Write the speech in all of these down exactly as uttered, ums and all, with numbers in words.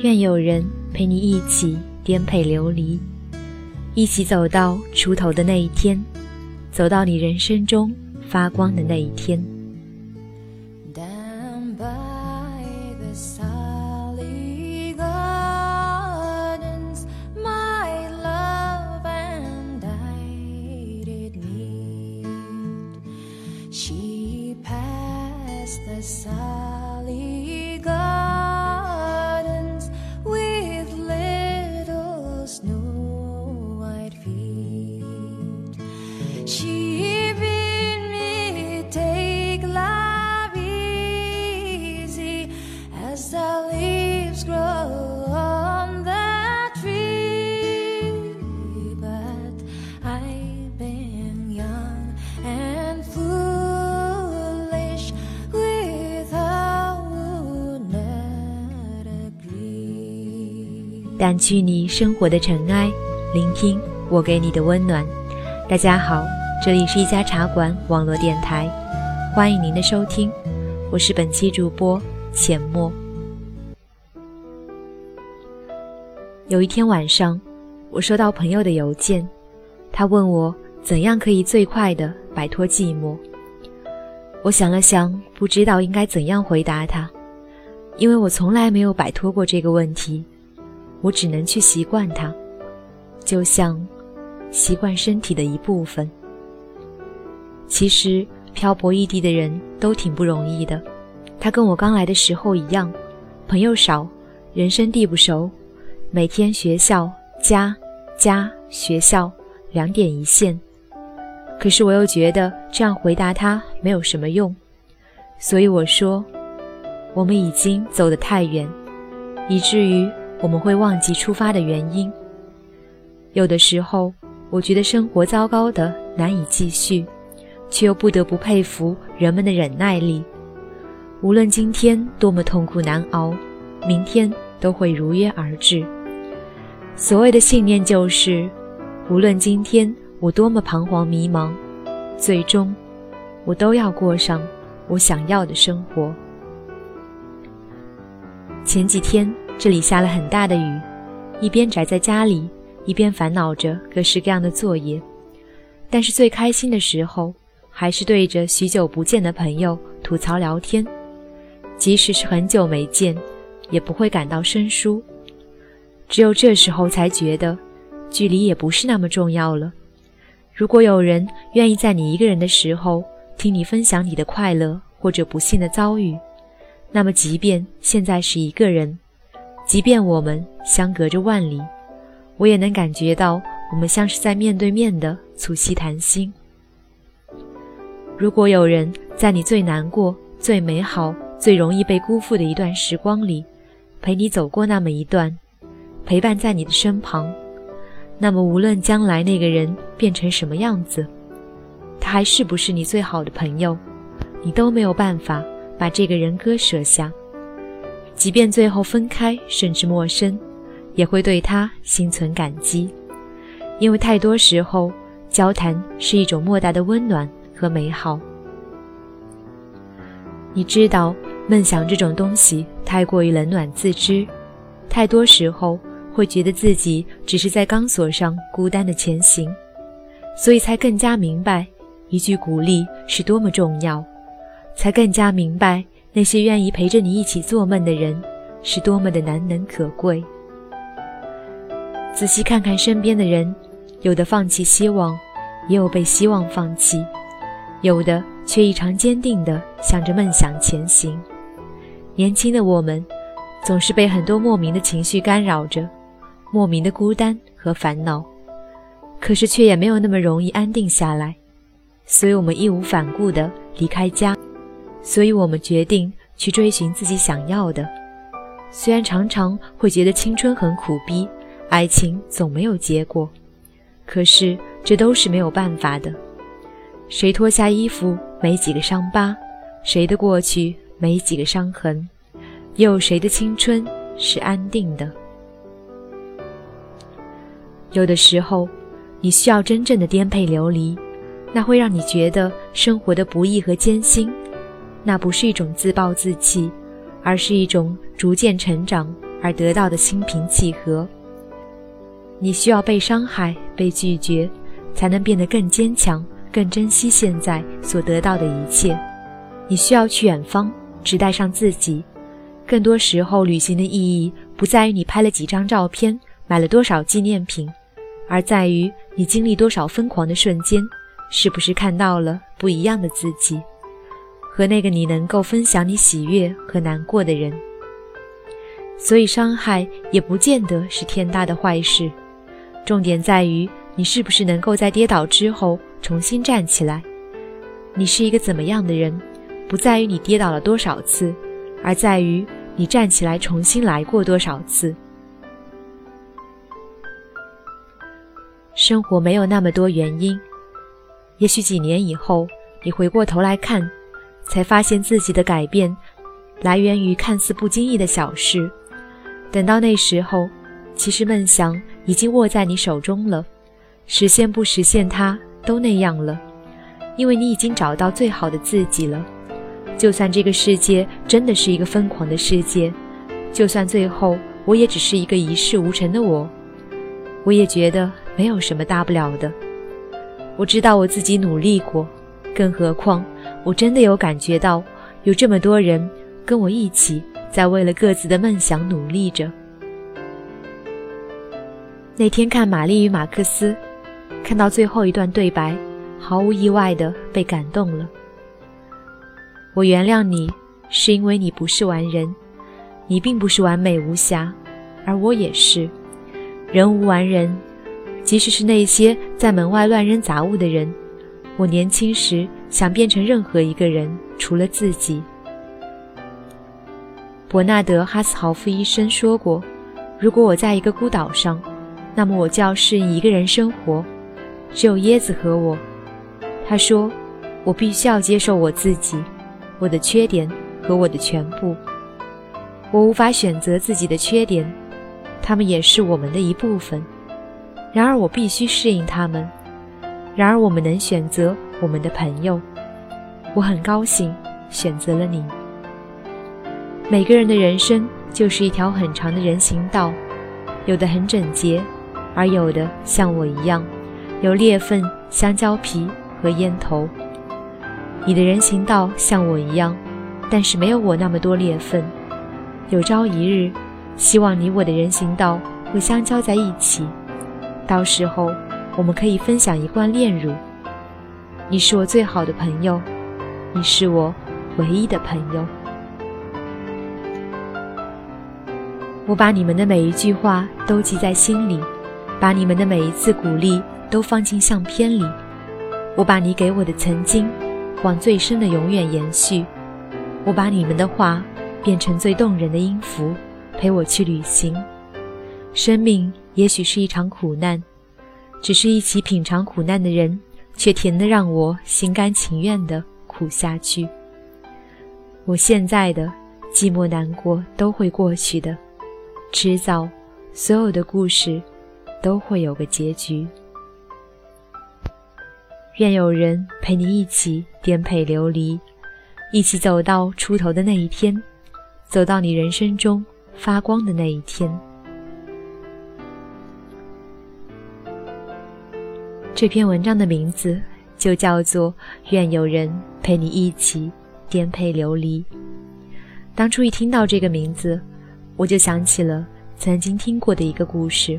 愿有人陪你一起颠沛流离，一起走到出头的那一天，走到你人生中发光的那一天。 She passed the Sally Gardens with little snow white feet. She bid me take life easy as the leaves grow on the tree. But I've been young and foolish. 掸去你生活的尘埃，聆听我给你的温暖。大家好，这里是一家茶馆网络电台，欢迎您的收听，我是本期主播浅墨。有一天晚上，我收到朋友的邮件，他问我怎样可以最快地摆脱寂寞。我想了想，不知道应该怎样回答他，因为我从来没有摆脱过这个问题，我只能去习惯它，就像习惯身体的一部分。其实漂泊异地的人都挺不容易的，他跟我刚来的时候一样，朋友少，人生地不熟，每天学校家家学校两点一线。可是我又觉得这样回答他没有什么用，所以我说，我们已经走得太远，以至于我们会忘记出发的原因。有的时候我觉得生活糟糕的难以继续，却又不得不佩服人们的忍耐力。无论今天多么痛苦难熬，明天都会如约而至。所谓的信念就是，无论今天我多么彷徨迷茫，最终我都要过上我想要的生活。前几天这里下了很大的雨，一边宅在家里，一边烦恼着各式各样的作业。但是最开心的时候，还是对着许久不见的朋友吐槽聊天，即使是很久没见，也不会感到生疏。只有这时候才觉得，距离也不是那么重要了。如果有人愿意在你一个人的时候，听你分享你的快乐或者不幸的遭遇，那么即便现在是一个人，即便我们相隔着万里，我也能感觉到我们像是在面对面的促膝谈心。如果有人在你最难过、最美好、最容易被辜负的一段时光里，陪你走过那么一段，陪伴在你的身旁，那么无论将来那个人变成什么样子，他还是不是你最好的朋友，你都没有办法把这个人割舍下。即便最后分开，甚至陌生，也会对他心存感激，因为太多时候，交谈是一种莫大的温暖和美好。你知道，梦想这种东西太过于冷暖自知，太多时候会觉得自己只是在钢索上孤单的前行，所以才更加明白一句鼓励是多么重要，才更加明白那些愿意陪着你一起做梦的人是多么的难能可贵。仔细看看身边的人，有的放弃希望，也有被希望放弃，有的却异常坚定地向着梦想前行。年轻的我们总是被很多莫名的情绪干扰着，莫名的孤单和烦恼，可是却也没有那么容易安定下来，所以我们义无反顾地离开家，所以我们决定去追寻自己想要的。虽然常常会觉得青春很苦逼，爱情总没有结果，可是这都是没有办法的。谁脱下衣服没几个伤疤，谁的过去没几个伤痕，也有谁的青春是安定的。有的时候你需要真正的颠沛流离，那会让你觉得生活的不易和艰辛，那不是一种自暴自弃，而是一种逐渐成长、 而得到的心平气和。你需要被伤害、被拒绝，才能变得更坚强，更珍惜现在所得到的一切。你需要去远方，只带上自己。更多时候，旅行的意义不在于你拍了几张照片，买了多少纪念品，而在于你经历多少疯狂的瞬间，是不是看到了不一样的自己，和那个你能够分享你喜悦和难过的人。所以伤害也不见得是天大的坏事，重点在于你是不是能够在跌倒之后重新站起来。你是一个怎么样的人，不在于你跌倒了多少次，而在于你站起来重新来过多少次。生活没有那么多原因，也许几年以后，你回过头来看，才发现自己的改变来源于看似不经意的小事。等到那时候，其实梦想已经握在你手中了，实现不实现它都那样了，因为你已经找到最好的自己了。就算这个世界真的是一个疯狂的世界，就算最后我也只是一个一事无成的我，我也觉得没有什么大不了的。我知道我自己努力过，更何况我真的有感觉到有这么多人跟我一起在为了各自的梦想努力着。那天看《玛丽与马克思》，看到最后一段对白，毫无意外地被感动了。我原谅你，是因为你不是完人，你并不是完美无瑕，而我也是。人无完人，即使是那些在门外乱扔杂物的人，我年轻时想变成任何一个人，除了自己。伯纳德·哈斯豪夫医生说过，如果我在一个孤岛上，那么我就要适应一个人生活，只有椰子和我。他说，我必须要接受我自己，我的缺点和我的全部。我无法选择自己的缺点，它们也是我们的一部分。然而我必须适应它们。然而我们能选择我们的朋友。我很高兴选择了你。每个人的人生就是一条很长的人行道，有的很整洁，而有的像我一样，有裂缝、香蕉皮和烟头。你的人行道像我一样，但是没有我那么多裂缝。有朝一日，希望你我的人行道会相交在一起，到时候我们可以分享一罐炼乳。你是我最好的朋友，你是我唯一的朋友。我把你们的每一句话都记在心里，把你们的每一次鼓励都放进相片里。我把你给我的曾经往最深的永远延续。我把你们的话变成最动人的音符，陪我去旅行。生命也许是一场苦难，只是一起品尝苦难的人，却甜得让我心甘情愿地苦下去。我现在的寂寞难过都会过去的，迟早所有的故事都会有个结局。愿有人陪你一起颠沛流离，一起走到出头的那一天，走到你人生中发光的那一天。这篇文章的名字就叫做愿有人陪你一起颠沛流离。当初一听到这个名字，我就想起了曾经听过的一个故事。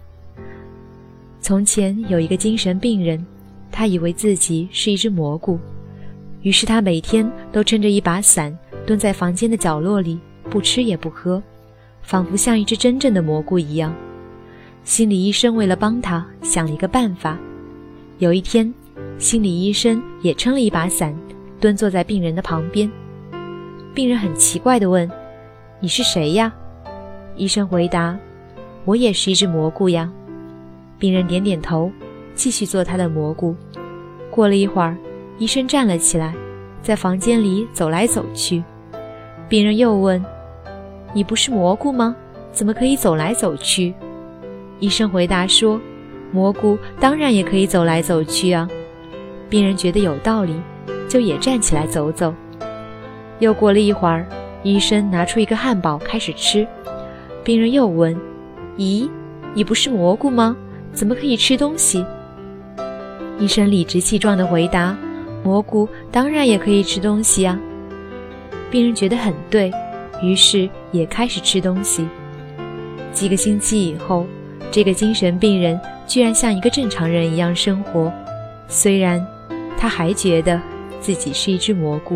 从前有一个精神病人，他以为自己是一只蘑菇，于是他每天都撑着一把伞，蹲在房间的角落里，不吃也不喝，仿佛像一只真正的蘑菇一样。心理医生为了帮他想了一个办法。有一天，心理医生也撑了一把伞，蹲坐在病人的旁边。病人很奇怪地问，你是谁呀？医生回答，我也是一只蘑菇呀。病人点点头，继续做他的蘑菇。过了一会儿，医生站了起来，在房间里走来走去。病人又问，你不是蘑菇吗？怎么可以走来走去？医生回答说，蘑菇当然也可以走来走去啊。病人觉得有道理，就也站起来走走。又过了一会儿，医生拿出一个汉堡开始吃。 病人又问：咦，你不是蘑菇吗？怎么可以吃东西？医生理直气壮地回答：蘑菇当然也可以吃东西啊。病人觉得很对，于是也开始吃东西。几个星期以后，这个精神病人居然像一个正常人一样生活，虽然他还觉得自己是一只蘑菇。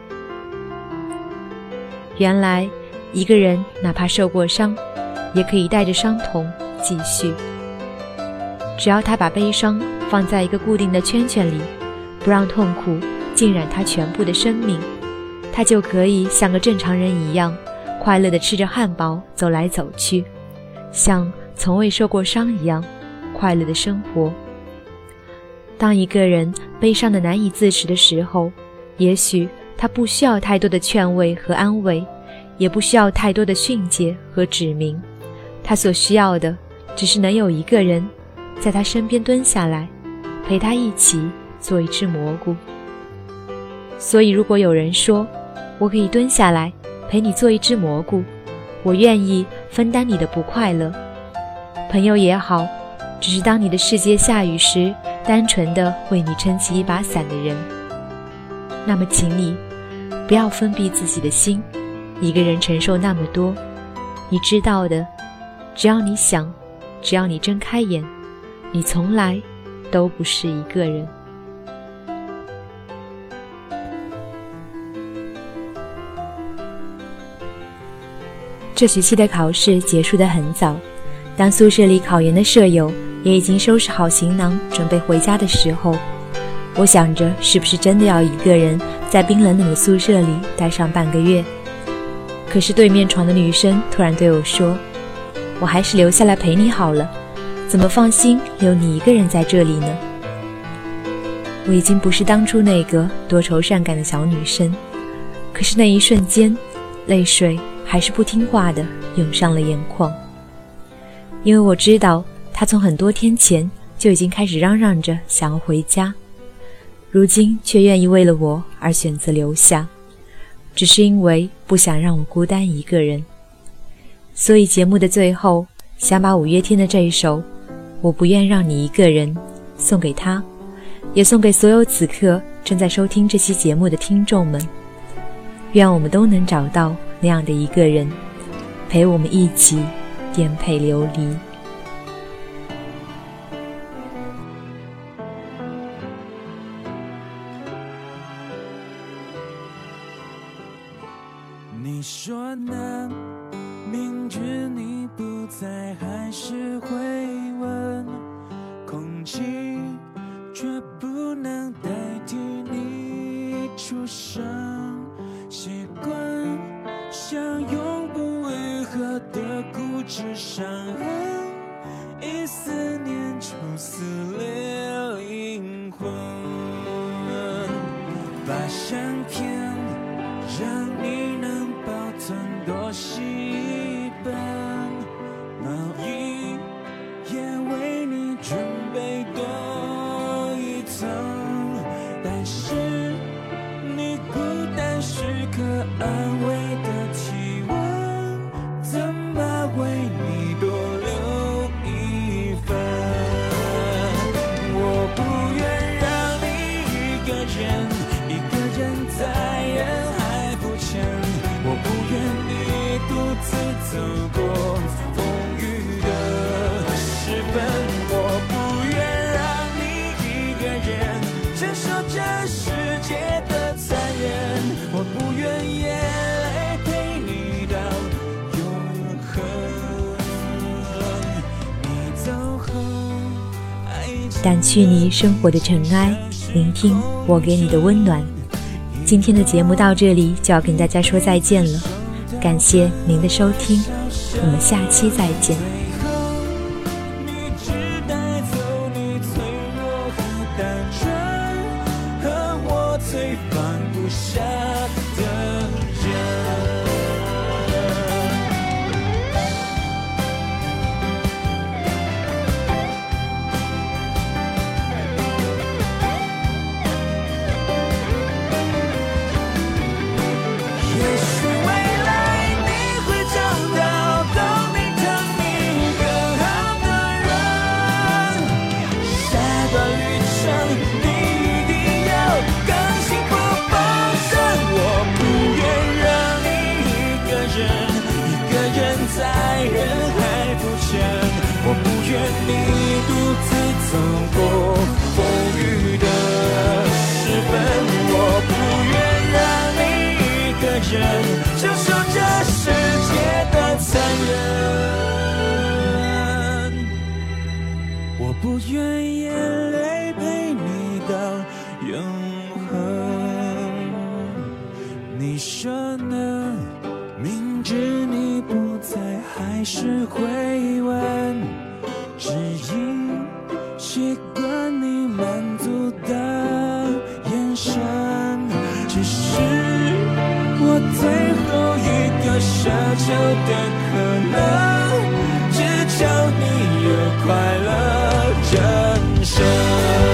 原来一个人哪怕受过伤，也可以带着伤痛继续。只要他把悲伤放在一个固定的圈圈里，不让痛苦浸染他全部的生命，他就可以像个正常人一样，快乐地吃着汉堡走来走去，像从未受过伤一样快乐地生活。当一个人悲伤得难以自持的时候，也许他不需要太多的劝慰和安慰，也不需要太多的训诫和指明，他所需要的只是能有一个人在他身边蹲下来，陪他一起做一只蘑菇。所以如果有人说，我可以蹲下来陪你做一只蘑菇，我愿意分担你的不快乐。朋友也好，只是当你的世界下雨时单纯的为你撑起一把伞的人，那么请你不要封闭自己的心，一个人承受那么多。你知道的，只要你想，只要你睁开眼，你从来都不是一个人。这学期的考试结束得很早，当宿舍里考研的舍友也已经收拾好行囊准备回家的时候，我想着是不是真的要一个人在冰冷冷的宿舍里待上半个月。可是对面床的女生突然对我说，我还是留下来陪你好了，怎么放心留你一个人在这里呢？我已经不是当初那个多愁善感的小女生，可是那一瞬间，泪水还是不听话地涌上了眼眶。因为我知道她从很多天前就已经开始嚷嚷着想要回家，如今却愿意为了我而选择留下，只是因为不想让我孤单一个人。所以节目的最后，想把五月天的这一首《我不愿让你一个人》送给他，也送给所有此刻正在收听这期节目的听众们。愿我们都能找到那样的一个人，陪我们一起颠沛流离。 你说呢？明知你不在，还是会问。空气却不能代替你出声。习惯像永不愈合的固执伤痕，一思念就撕裂灵魂。把相片让你能保存多细一本，毛衣也为你准备多一层，但是你孤单时刻安慰的体温，怎么为你多留一份？我不愿让你一个人，一个人在人海浮沉，我不愿你独自走过风雨的时分，我不愿让你一个人承受这世界的残忍，我不愿眼泪陪你到永恒。你走后， 掸去你生活的尘埃，聆听我给你的温暖。今天的节目到这里就要跟大家说再见了，感谢您的收听，我们下期再见。 你只带走你脆弱和单纯，和我最放不下的人。也许未来你会找到懂你你独自走过风雨的时分，我不愿让你一个人承受这世界的残忍，我不愿眼泪陪你到永恒。你说呢？明知你不在，还是会问，只因习惯你满足的眼神。只是我最后一个奢求的可能，只求你有快乐人生。